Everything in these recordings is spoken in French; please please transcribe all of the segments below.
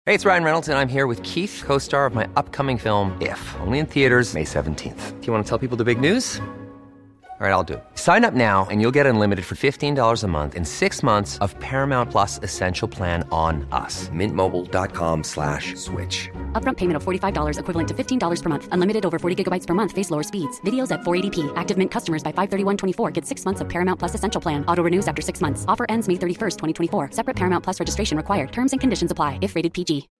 Hey, it's Ryan Reynolds, and I'm here with Keith, co-star of my upcoming film, If, only in theaters May 17th. Do you want to tell people the big news? All right, I'll do it. Sign up now and you'll get unlimited for $15 a month and 6 months of Paramount Plus Essential Plan on us. MintMobile.com/switch. Upfront payment of $45 equivalent to $15 per month. Unlimited over 40 gigabytes per month. Face lower speeds. Videos at 480p. Active Mint customers by 531.24 get 6 months of Paramount Plus Essential Plan. Auto renews after 6 months. Offer ends May 31st, 2024. Separate Paramount Plus registration required. Terms and conditions apply if rated PG.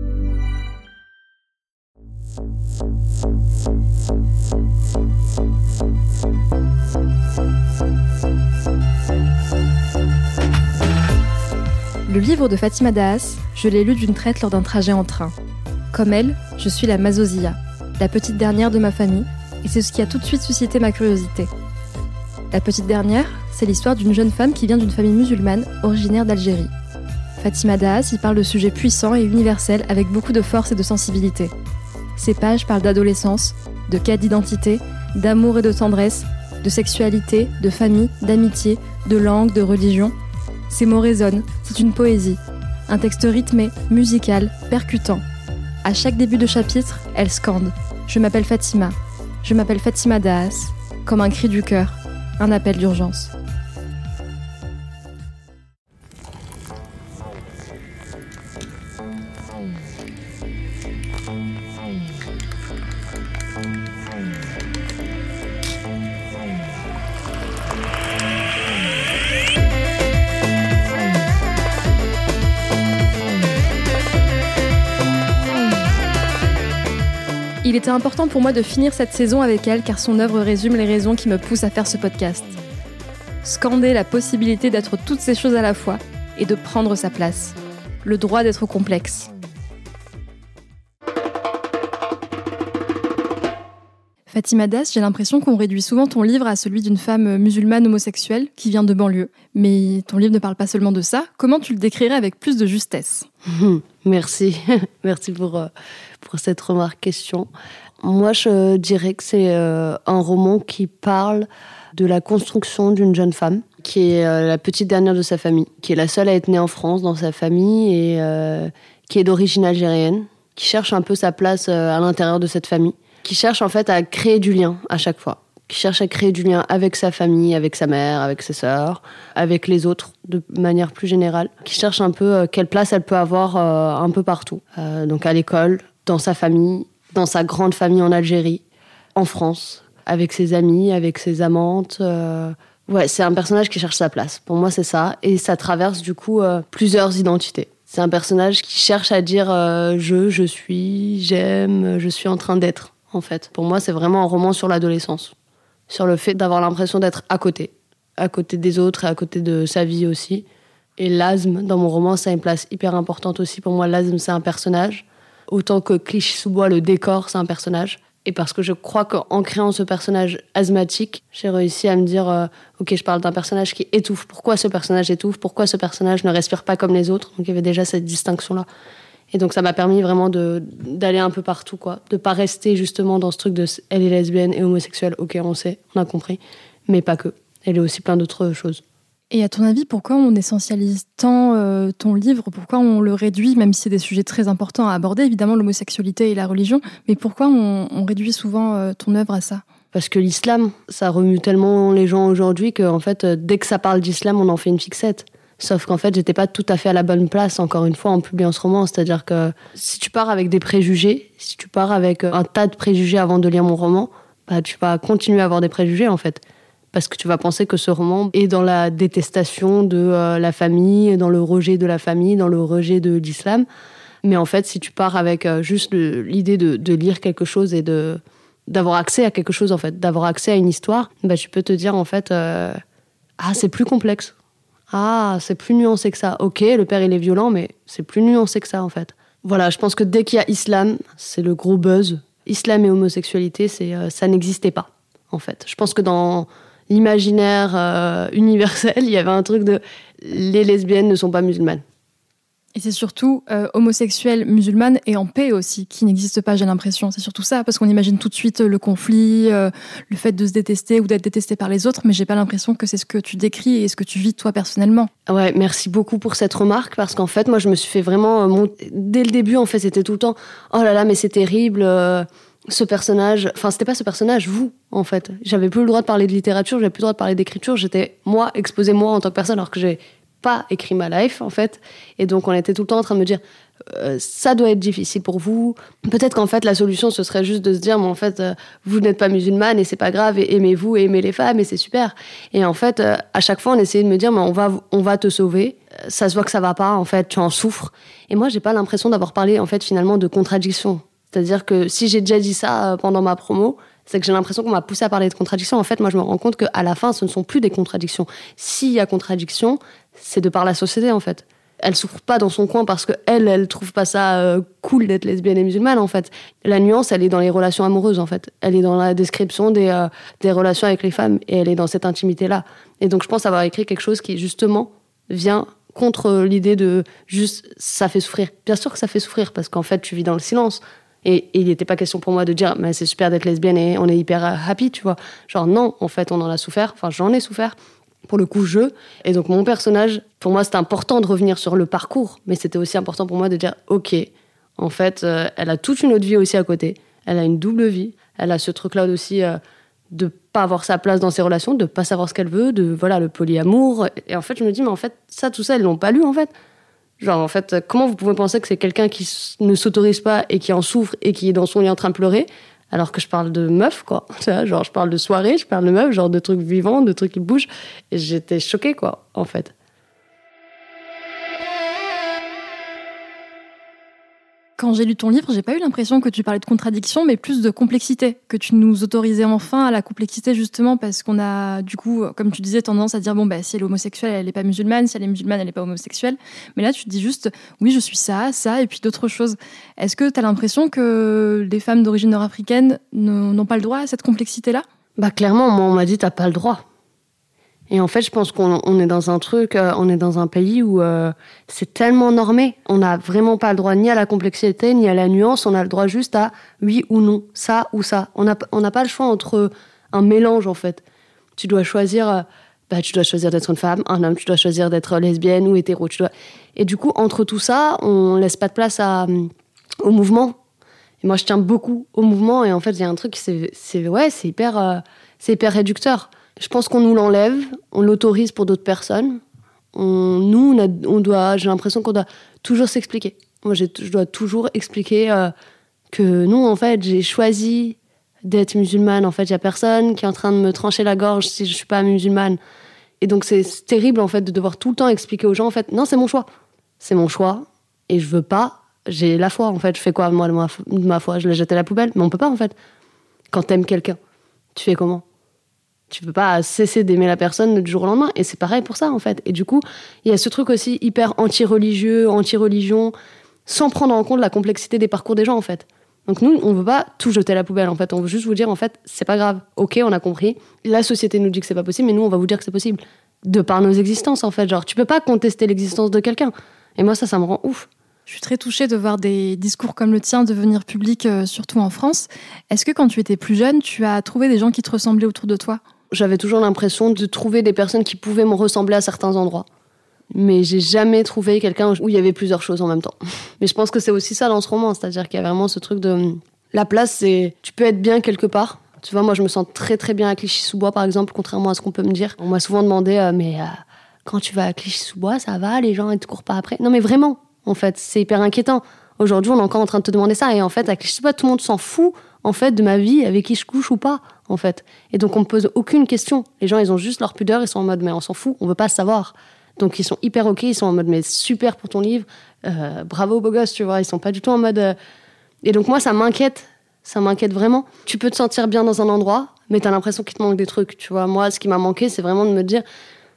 Le livre de Fatima Daas, je l'ai lu d'une traite lors d'un trajet en train. Comme elle, je suis la Mazozia, la petite dernière de ma famille, et c'est ce qui a tout de suite suscité ma curiosité. La petite dernière, c'est l'histoire d'une jeune femme qui vient d'une famille musulmane originaire d'Algérie. Fatima Daas y parle de sujets puissants et universels avec beaucoup de force et de sensibilité. Ses pages parlent d'adolescence, de quête d'identité, d'amour et de tendresse, de sexualité, de famille, d'amitié, de langue, de religion. Ces mots résonnent, c'est une poésie. Un texte rythmé, musical, percutant. À chaque début de chapitre, elle scande « Je m'appelle Fatima. Je m'appelle Fatima Daas », comme un cri du cœur, un appel d'urgence. Il était important pour moi de finir cette saison avec elle car son œuvre résume les raisons qui me poussent à faire ce podcast. Scander la possibilité d'être toutes ces choses à la fois et de prendre sa place. Le droit d'être complexe. Fatima Daas, j'ai l'impression qu'on réduit souvent ton livre à celui d'une femme musulmane homosexuelle qui vient de banlieue. Mais ton livre ne parle pas seulement de ça. Comment tu le décrirais avec plus de justesse ? Merci. Merci pour cette question. Moi, je dirais que c'est un roman qui parle de la construction d'une jeune femme qui est la petite dernière de sa famille, qui est la seule à être née en France dans sa famille et qui est d'origine algérienne, qui cherche un peu sa place à l'intérieur de cette famille, qui cherche en fait à créer du lien à chaque fois, qui cherche à créer du lien avec sa famille, avec sa mère, avec ses sœurs, avec les autres de manière plus générale, qui cherche un peu quelle place elle peut avoir un peu partout. Donc à l'école, dans sa famille, dans sa grande famille en Algérie, en France, avec ses amis, avec ses amantes. Ouais, c'est un personnage qui cherche sa place. Pour moi, c'est ça. Et ça traverse du coup plusieurs identités. C'est un personnage qui cherche à dire je suis, j'aime, je suis en train d'être, en fait. Pour moi, c'est vraiment un roman sur l'adolescence. Sur le fait d'avoir l'impression d'être à côté des autres et à côté de sa vie aussi. Et l'Azm, dans mon roman, ça a une place hyper importante aussi. Pour moi, l'Azm, c'est un personnage. Autant que Clichy-sous-Bois, le décor, c'est un personnage. Et parce que je crois qu'en créant ce personnage asthmatique, j'ai réussi à me dire ok, je parle d'un personnage qui étouffe. Pourquoi ce personnage étouffe ? Pourquoi ce personnage ne respire pas comme les autres ? Donc il y avait déjà cette distinction-là. Et donc ça m'a permis vraiment d'aller un peu partout, quoi. De pas rester justement dans ce truc de elle est lesbienne et homosexuelle. Ok, on sait, on a compris. Mais pas que. Elle est aussi plein d'autres choses. Et à ton avis, pourquoi on essentialise tant ton livre ? Pourquoi on le réduit, même si c'est des sujets très importants à aborder, évidemment l'homosexualité et la religion, mais pourquoi on réduit souvent ton œuvre à ça ? Parce que l'islam, ça remue tellement les gens aujourd'hui qu'en fait, dès que ça parle d'islam, on en fait une fixette. Sauf qu'en fait, j'étais pas tout à fait à la bonne place, encore une fois, en publiant ce roman. C'est-à-dire que si tu pars avec des préjugés, si tu pars avec un tas de préjugés avant de lire mon roman, bah, tu vas continuer à avoir des préjugés, en fait. Parce que tu vas penser que ce roman est dans la détestation de la famille, dans le rejet de la famille, dans le rejet de l'islam. Mais en fait, si tu pars avec juste l'idée de lire quelque chose et d'avoir accès à quelque chose, en fait, d'avoir accès à une histoire, bah, tu peux te dire, en fait, c'est plus complexe. Ah, c'est plus nuancé que ça. Ok, le père, il est violent, mais c'est plus nuancé que ça, en fait. Voilà, je pense que dès qu'il y a islam, c'est le gros buzz. Islam et homosexualité, ça n'existait pas, en fait. Je pense que dans l'imaginaire universel, il y avait un truc de « les lesbiennes ne sont pas musulmanes ». Et c'est surtout homosexuelle, musulmane et en paix aussi, qui n'existe pas, j'ai l'impression. C'est surtout ça, parce qu'on imagine tout de suite le conflit, le fait de se détester ou d'être détesté par les autres, mais j'ai pas l'impression que c'est ce que tu décris et ce que tu vis toi personnellement. Ouais, merci beaucoup pour cette remarque, parce qu'en fait, moi, je me suis fait vraiment... Dès le début, en fait, c'était tout le temps « Oh là là, mais c'est terrible, ce personnage... » Enfin, c'était pas ce personnage, vous, en fait. J'avais plus le droit de parler de littérature, j'avais plus le droit de parler d'écriture, j'étais, moi, exposée moi en tant que personne, alors que j'ai pas écrit ma life, en fait. Et donc, on était tout le temps en train de me dire ça doit être difficile pour vous. Peut-être qu'en fait, la solution, ce serait juste de se dire mais en fait, vous n'êtes pas musulmane et c'est pas grave, et aimez-vous et aimez les femmes et c'est super. Et en fait, à chaque fois, on essayait de me dire mais on va te sauver. Ça se voit que ça va pas, en fait, tu en souffres. Et moi, j'ai pas l'impression d'avoir parlé, en fait, finalement, de contradiction. C'est-à-dire que si j'ai déjà dit ça pendant ma promo, c'est que j'ai l'impression qu'on m'a poussé à parler de contradictions. En fait, moi, je me rends compte qu'à la fin, ce ne sont plus des contradictions. S'il y a contradiction, c'est de par la société, en fait. Elle souffre pas dans son coin parce qu'elle trouve pas ça cool d'être lesbienne et musulmane, en fait. La nuance, elle est dans les relations amoureuses, en fait. Elle est dans la description des relations avec les femmes, et elle est dans cette intimité-là. Et donc, je pense avoir écrit quelque chose qui, justement, vient contre l'idée de juste, ça fait souffrir. Bien sûr que ça fait souffrir, parce qu'en fait, tu vis dans le silence. Et il n'était pas question pour moi de dire mais c'est super d'être lesbienne et on est hyper happy, tu vois. Genre non, en fait, on en a souffert. Enfin, j'en ai souffert. Pour le coup, Et donc, mon personnage, pour moi, c'était important de revenir sur le parcours. Mais c'était aussi important pour moi de dire ok, en fait, elle a toute une autre vie aussi à côté. Elle a une double vie. Elle a ce truc-là aussi de pas avoir sa place dans ses relations, de pas savoir ce qu'elle veut, de voilà le polyamour. Et en fait, je me dis mais en fait, tout ça, ils l'ont pas lu, en fait. Genre, en fait, comment vous pouvez penser que c'est quelqu'un qui ne s'autorise pas et qui en souffre et qui est dans son lit en train de pleurer, alors que je parle de meuf, quoi. Tu vois, genre, je parle de soirée, je parle de meuf, genre de trucs vivants, de trucs qui bougent. Et j'étais choquée, quoi, en fait. Quand j'ai lu ton livre, j'ai pas eu l'impression que tu parlais de contradiction, mais plus de complexité, que tu nous autorisais enfin à la complexité, justement, parce qu'on a, du coup, comme tu disais, tendance à dire, bon, bah, si elle est homosexuelle, elle est pas musulmane, si elle est musulmane, elle est pas homosexuelle. Mais là, tu te dis juste, oui, je suis ça, et puis d'autres choses. Est-ce que t'as l'impression que les femmes d'origine nord-africaine n'ont pas le droit à cette complexité-là ? Bah, clairement, moi, on m'a dit, t'as pas le droit. Et en fait, je pense qu'on est dans un truc, on est dans un pays où c'est tellement normé. On n'a vraiment pas le droit ni à la complexité, ni à la nuance. On a le droit juste à oui ou non, ça ou ça. On n'a pas le choix entre un mélange, en fait. Tu dois choisir d'être une femme, un homme, tu dois choisir d'être lesbienne ou hétéro. Et du coup, entre tout ça, on laisse pas de place au mouvement. Et moi, je tiens beaucoup au mouvement. Et en fait, il y a un truc, c'est hyper réducteur. Je pense qu'on nous l'enlève, on l'autorise pour d'autres personnes. J'ai l'impression qu'on doit toujours s'expliquer. Moi, je dois toujours expliquer que non, en fait, j'ai choisi d'être musulmane. En fait, il y a personne qui est en train de me trancher la gorge si je suis pas musulmane. Et donc, c'est terrible, en fait, de devoir tout le temps expliquer aux gens, en fait, non, c'est mon choix. C'est mon choix et je veux pas. J'ai la foi, en fait. Je fais quoi, moi, de ma foi? Je l'ai jetée à la poubelle? Mais on peut pas, en fait. Quand t'aimes quelqu'un, tu fais comment? Tu peux pas cesser d'aimer la personne du jour au lendemain. Et c'est pareil pour ça, en fait. Et du coup, il y a ce truc aussi hyper anti-religieux, anti-religion, sans prendre en compte la complexité des parcours des gens, en fait. Donc nous, on veut pas tout jeter à la poubelle, en fait. On veut juste vous dire, en fait, c'est pas grave. Ok, on a compris. La société nous dit que c'est pas possible, mais nous, on va vous dire que c'est possible. De par nos existences, en fait. Genre, tu peux pas contester l'existence de quelqu'un. Et moi, ça me rend ouf. Je suis très touchée de voir des discours comme le tien devenir publics, surtout en France. Est-ce que quand tu étais plus jeune, tu as trouvé des gens qui te ressemblaient autour de toi ? J'avais toujours l'impression de trouver des personnes qui pouvaient me ressembler à certains endroits. Mais j'ai jamais trouvé quelqu'un où il y avait plusieurs choses en même temps. Mais je pense que c'est aussi ça dans ce roman, c'est-à-dire qu'il y a vraiment ce truc de... La place, c'est... Tu peux être bien quelque part. Tu vois, moi, je me sens très très bien à Clichy-sous-Bois, par exemple, contrairement à ce qu'on peut me dire. On m'a souvent demandé, quand tu vas à Clichy-sous-Bois, ça va, les gens, ils te courent pas après. Non, mais vraiment, en fait, c'est hyper inquiétant. Aujourd'hui, on est encore en train de te demander ça. Et en fait, à Clichy-sous-Bois, tout le monde s'en fout, en fait, de ma vie, avec qui je couche ou pas, en fait. Et donc, on me pose aucune question. Les gens, ils ont juste leur pudeur, ils sont en mode, mais on s'en fout, on veut pas savoir. Donc, ils sont hyper OK, ils sont en mode, mais super pour ton livre, bravo, beau gosse, tu vois. Ils sont pas du tout en mode... Et donc, moi, ça m'inquiète vraiment. Tu peux te sentir bien dans un endroit, mais t'as l'impression qu'il te manque des trucs, tu vois. Moi, ce qui m'a manqué, c'est vraiment de me dire...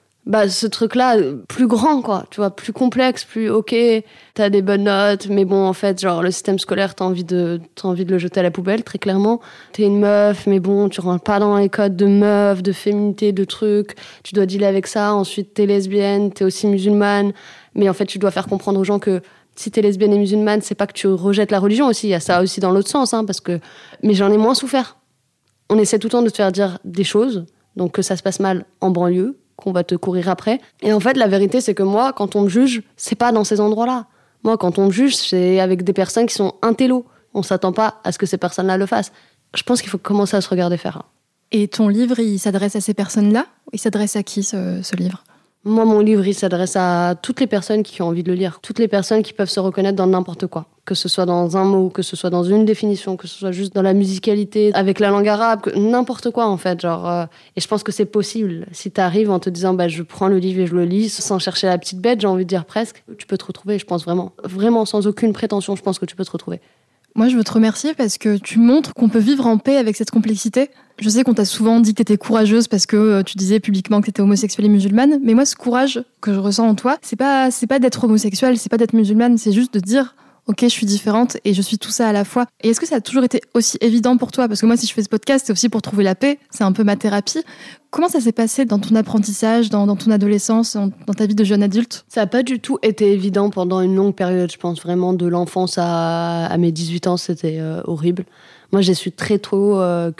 ce truc-là, plus grand, quoi, tu vois, plus complexe, plus OK, t'as des bonnes notes, mais bon, en fait, genre, le système scolaire, t'as envie de le jeter à la poubelle, très clairement. T'es une meuf, mais bon, tu rentres pas dans les codes de meuf, de féminité, de trucs, tu dois dealer avec ça, ensuite t'es lesbienne, t'es aussi musulmane, mais en fait, tu dois faire comprendre aux gens que Si t'es lesbienne et musulmane, c'est pas que tu rejettes la religion aussi. Il y a ça aussi dans l'autre sens, mais j'en ai moins souffert. On essaie tout le temps de te faire dire des choses, donc que ça se passe mal en banlieue, qu'on va te courir après. Et en fait, la vérité, c'est que moi, quand on me juge, c'est pas dans ces endroits-là. Moi, quand on me juge, c'est avec des personnes qui sont intello. On s'attend pas à ce que ces personnes-là le fassent. Je pense qu'il faut commencer à se regarder faire. Et ton livre, il s'adresse à ces personnes-là ? Il s'adresse à qui, ce livre ? Moi, mon livre, il s'adresse à toutes les personnes qui ont envie de le lire. Toutes les personnes qui peuvent se reconnaître dans n'importe quoi. Que ce soit dans un mot, que ce soit dans une définition, que ce soit juste dans la musicalité, avec la langue arabe, n'importe quoi, en fait. Et je pense que c'est possible. Si t'arrives en te disant, je prends le livre et je le lis, sans chercher la petite bête, j'ai envie de dire presque, tu peux te retrouver, je pense vraiment. Vraiment, sans aucune prétention, je pense que tu peux te retrouver. Moi, je veux te remercier parce que tu montres qu'on peut vivre en paix avec cette complexité. Je sais qu'on t'a souvent dit que t'étais courageuse parce que tu disais publiquement que t'étais homosexuelle et musulmane. Mais moi, ce courage que je ressens en toi, c'est pas d'être homosexuelle, c'est pas d'être musulmane, c'est juste de dire ok, je suis différente et je suis tout ça à la fois. Et est-ce que ça a toujours été aussi évident pour toi ? Parce que moi, si je fais ce podcast, c'est aussi pour trouver la paix. C'est un peu ma thérapie. Comment ça s'est passé dans ton apprentissage, dans ton adolescence, dans ta vie de jeune adulte ? Ça n'a pas du tout été évident pendant une longue période. Je pense vraiment de l'enfance à mes 18 ans, c'était horrible. Moi, j'ai su très tôt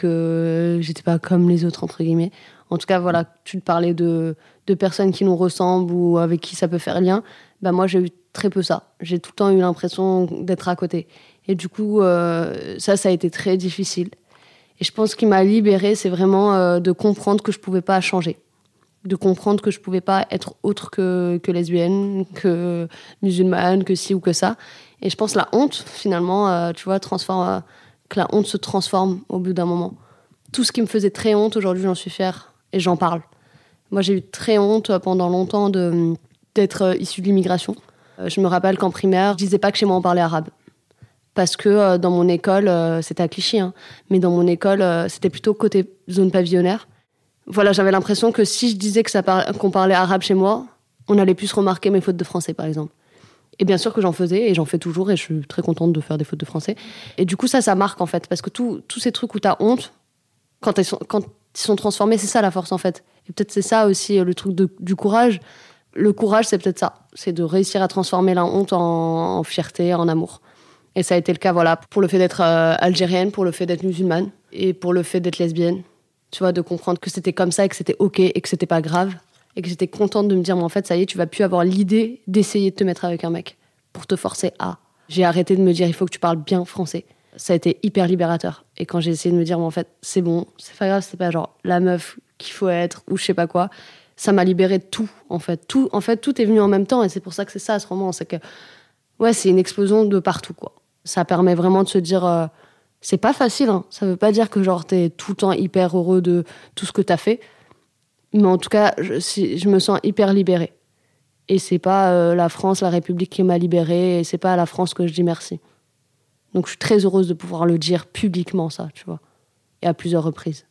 que j'étais pas comme les autres, entre guillemets. En tout cas, voilà, tu te parlais de personnes qui nous ressemblent ou avec qui ça peut faire lien. Moi, j'ai eu très peu ça. J'ai tout le temps eu l'impression d'être à côté. Et du coup, ça a été très difficile. Et je pense ce qui m'a libérée, c'est vraiment de comprendre que je pouvais pas changer. De comprendre que je pouvais pas être autre que lesbienne, que musulmane, que ci ou que ça. Et je pense la honte, finalement, tu vois, que la honte se transforme au bout d'un moment. Tout ce qui me faisait très honte, aujourd'hui, j'en suis fière et j'en parle. Moi, j'ai eu très honte pendant longtemps d'être issue de l'immigration. Je me rappelle qu'en primaire, je disais pas que chez moi on parlait arabe. Parce que dans mon école, c'était à Clichy, mais dans mon école, c'était plutôt côté zone pavillonnaire. Voilà, j'avais l'impression que si je disais qu'on parlait arabe chez moi, on allait plus remarquer mes fautes de français, par exemple. Et bien sûr que j'en faisais, et j'en fais toujours, et je suis très contente de faire des fautes de français. Et du coup, ça marque, en fait, parce que tous ces trucs où t'as honte, quand ils sont transformés, c'est ça la force, en fait. Et peut-être c'est ça aussi, le truc du courage. Le courage, c'est peut-être ça. C'est de réussir à transformer la honte en fierté, en amour. Et ça a été le cas, voilà, pour le fait d'être algérienne, pour le fait d'être musulmane, et pour le fait d'être lesbienne. Tu vois, de comprendre que c'était comme ça, et que c'était OK, et que c'était pas grave. Et que j'étais contente de me dire, mais en fait, ça y est, tu vas plus avoir l'idée d'essayer de te mettre avec un mec pour te forcer à. J'ai arrêté de me dire, il faut que tu parles bien français. Ça a été hyper libérateur. Et quand j'ai essayé de me dire, mais en fait, c'est bon, c'est pas grave, c'est pas genre la meuf qu'il faut être ou je sais pas quoi, ça m'a libéré de tout, en fait. Tout est venu en même temps et c'est pour ça que c'est ça, ce roman. C'est que, ouais, c'est une explosion de partout, quoi. Ça permet vraiment de se dire, c'est pas facile, hein. Ça veut pas dire que genre t'es tout le temps hyper heureux de tout ce que t'as fait. Mais en tout cas, je me sens hyper libérée. Et c'est pas la France, la République qui m'a libérée, et c'est pas à la France que je dis merci. Donc je suis très heureuse de pouvoir le dire publiquement, ça, tu vois. Et à plusieurs reprises.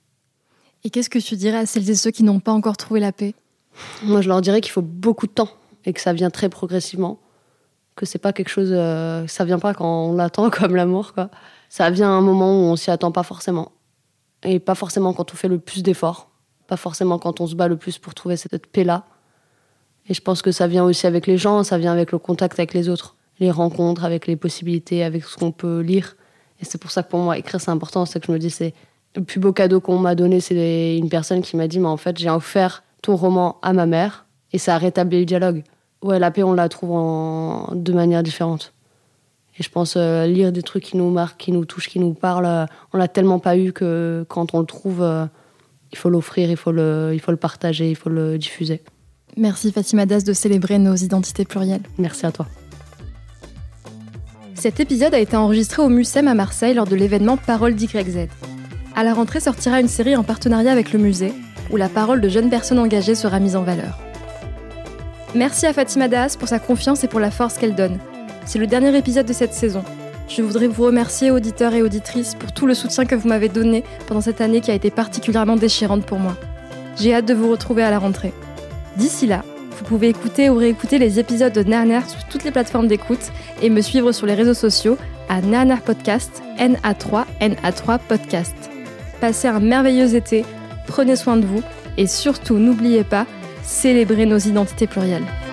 Et qu'est-ce que tu dirais à celles et ceux qui n'ont pas encore trouvé la paix ? Moi, je leur dirais qu'il faut beaucoup de temps, et que ça vient très progressivement. Que c'est pas quelque chose... ça vient pas quand on l'attend, comme l'amour, quoi. Ça vient à un moment où on s'y attend pas forcément. Et pas forcément quand on fait le plus d'efforts. Pas forcément quand on se bat le plus pour trouver cette paix-là. Et je pense que ça vient aussi avec les gens, ça vient avec le contact avec les autres. Les rencontres, avec les possibilités, avec ce qu'on peut lire. Et c'est pour ça que pour moi, écrire, c'est important. C'est que je me dis, c'est le plus beau cadeau qu'on m'a donné, c'est une personne qui m'a dit, mais en fait, j'ai offert ton roman à ma mère et ça a rétabli le dialogue. Ouais, la paix, on la trouve de manière différente. Et je pense lire des trucs qui nous marquent, qui nous touchent, qui nous parlent, on l'a tellement pas eu que quand on le trouve... il faut l'offrir, il faut le partager, il faut le diffuser. Merci Fatima Das de célébrer nos identités plurielles. Merci à toi. Cet épisode a été enregistré au Mucem à Marseille lors de l'événement Parole d'YZ. À la rentrée sortira une série en partenariat avec le musée, où la parole de jeunes personnes engagées sera mise en valeur. Merci à Fatima Das pour sa confiance et pour la force qu'elle donne. C'est le dernier épisode de cette saison. Je voudrais vous remercier, auditeurs et auditrices, pour tout le soutien que vous m'avez donné pendant cette année qui a été particulièrement déchirante pour moi. J'ai hâte de vous retrouver à la rentrée. D'ici là, vous pouvez écouter ou réécouter les épisodes de Narnar sur toutes les plateformes d'écoute et me suivre sur les réseaux sociaux à Narnar Podcast, NA3 Podcast. Passez un merveilleux été, prenez soin de vous et surtout n'oubliez pas, célébrez nos identités plurielles.